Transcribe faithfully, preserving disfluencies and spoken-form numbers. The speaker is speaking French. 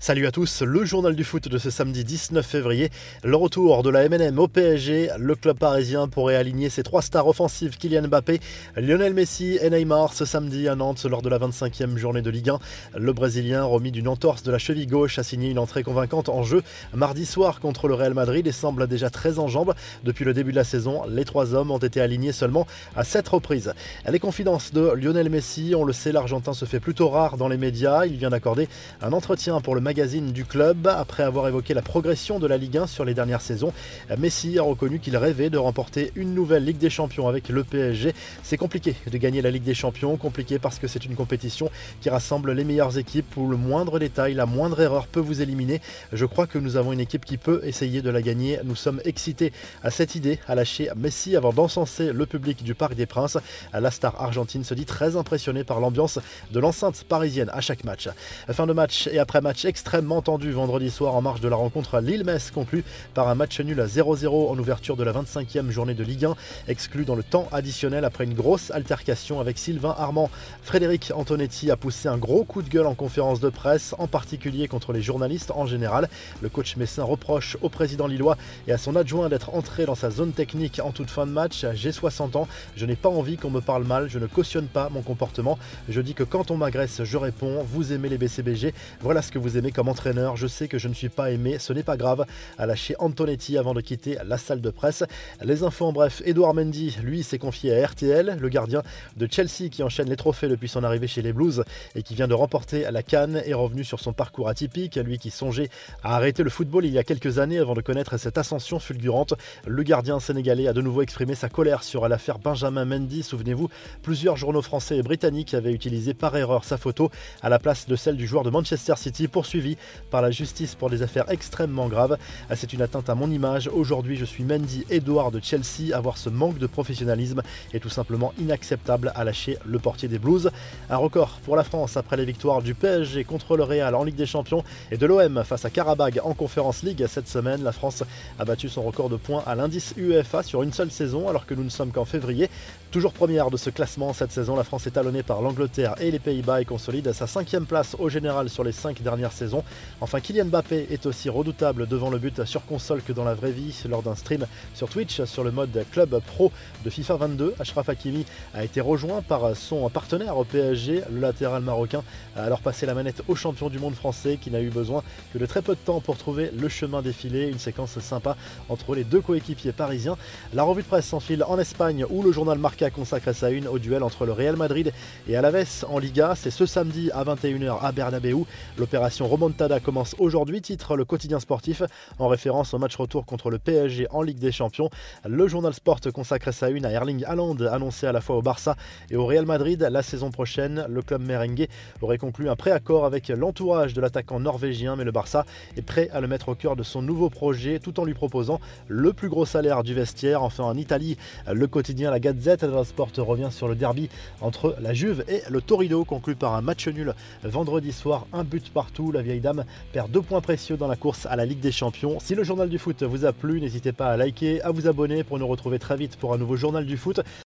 Salut à tous, le journal du foot de ce samedi dix-neuf février. Le retour de la M N M au P S G. Le club parisien pourrait aligner ses trois stars offensives Kylian Mbappé, Lionel Messi et Neymar ce samedi à Nantes lors de la vingt-cinquième journée de Ligue un. Le Brésilien, remis d'une entorse de la cheville gauche, a signé une entrée convaincante en jeu mardi soir contre le Real Madrid et semble déjà très en jambes. Depuis le début de la saison, les trois hommes ont été alignés seulement à sept reprises. Les confidences de Lionel Messi, on le sait, l'Argentin se fait plutôt rare dans les médias. Il vient d'accorder un entretien pour le magazine du club. Après avoir évoqué la progression de la Ligue un sur les dernières saisons, Messi a reconnu qu'il rêvait de remporter une nouvelle Ligue des Champions avec le P S G. C'est compliqué de gagner la Ligue des Champions, compliqué parce que c'est une compétition qui rassemble les meilleures équipes où le moindre détail, la moindre erreur peut vous éliminer. Je crois que nous avons une équipe qui peut essayer de la gagner. Nous sommes excités à cette idée, a lâché Messi avant d'encenser le public du Parc des Princes. La star argentine se dit très impressionnée par l'ambiance de l'enceinte parisienne à chaque match. Fin de match et après match extrêmement tendu vendredi soir en marge de la rencontre Lille-Metz, conclue par un match nul à zéro zéro en ouverture de la vingt-cinquième journée de Ligue un, exclu dans le temps additionnel après une grosse altercation avec Sylvain Armand. Frédéric Antonetti a poussé un gros coup de gueule en conférence de presse, en particulier contre les journalistes en général. Le coach messin reproche au président lillois et à son adjoint d'être entré dans sa zone technique en toute fin de match. J'ai soixante ans, je n'ai pas envie qu'on me parle mal, je ne cautionne pas mon comportement. Je dis que quand on m'agresse, je réponds. Vous aimez les B C B G, voilà ce que vous aimez comme entraîneur. Je sais que je ne suis pas aimé, ce n'est pas grave, a lâché Antonetti avant de quitter la salle de presse. Les infos en bref, Edouard Mendy, lui, s'est confié à R T L, le gardien de Chelsea qui enchaîne les trophées depuis son arrivée chez les Blues et qui vient de remporter la CAN, est revenu sur son parcours atypique. Lui qui songeait à arrêter le football il y a quelques années avant de connaître cette ascension fulgurante. Le gardien sénégalais a de nouveau exprimé sa colère sur l'affaire Benjamin Mendy. Souvenez-vous, plusieurs journaux français et britanniques avaient utilisé par erreur sa photo à la place de celle du joueur de Manchester City, poursuivi par la justice pour des affaires extrêmement graves. C'est une atteinte à mon image. Aujourd'hui, je suis Mendy Edouard de Chelsea. Avoir ce manque de professionnalisme est tout simplement inacceptable, a lâché le portier des Blues. Un record pour la France après les victoires du P S G contre le Real en Ligue des Champions et de l'O M face à Karabag en Conference League cette semaine. La France a battu son record de points à l'indice U E F A sur une seule saison alors que nous ne sommes qu'en février. Toujours première de ce classement cette saison, la France est talonnée par l'Angleterre et les Pays-Bas et consolide sa cinquième place au général sur les cinq dernières saisons. Enfin, Kylian Mbappé est aussi redoutable devant le but sur console que dans la vraie vie. Lors d'un stream sur Twitch sur le mode Club Pro de FIFA vingt-deux, Achraf Hakimi a été rejoint par son partenaire au P S G. Le latéral marocain a alors passé la manette au champion du monde français qui n'a eu besoin que de très peu de temps pour trouver le chemin défilé. Une séquence sympa entre les deux coéquipiers parisiens. La revue de presse s'enfile en Espagne où le journal Marca consacre sa une au duel entre le Real Madrid et Alaves en Liga. C'est ce samedi à vingt et une heures à Bernabéu. L'opération Remontada commence aujourd'hui, titre le quotidien sportif en référence au match retour contre le P S G en Ligue des Champions. Le journal Sport consacre sa une à Erling Haaland, annoncé à la fois au Barça et au Real Madrid la saison prochaine. Le club merengue aurait conclu un préaccord avec l'entourage de l'attaquant norvégien, mais le Barça est prêt à le mettre au cœur de son nouveau projet tout en lui proposant le plus gros salaire du vestiaire. Enfin, en Italie, le quotidien La Gazzetta dello Sport revient sur le derby entre la Juve et le Torino, conclu par un match nul vendredi soir, un but partout. La vieille dame perd deux points précieux dans la course à la Ligue des Champions. Si le journal du foot vous a plu, n'hésitez pas à liker, à vous abonner pour nous retrouver très vite pour un nouveau journal du foot.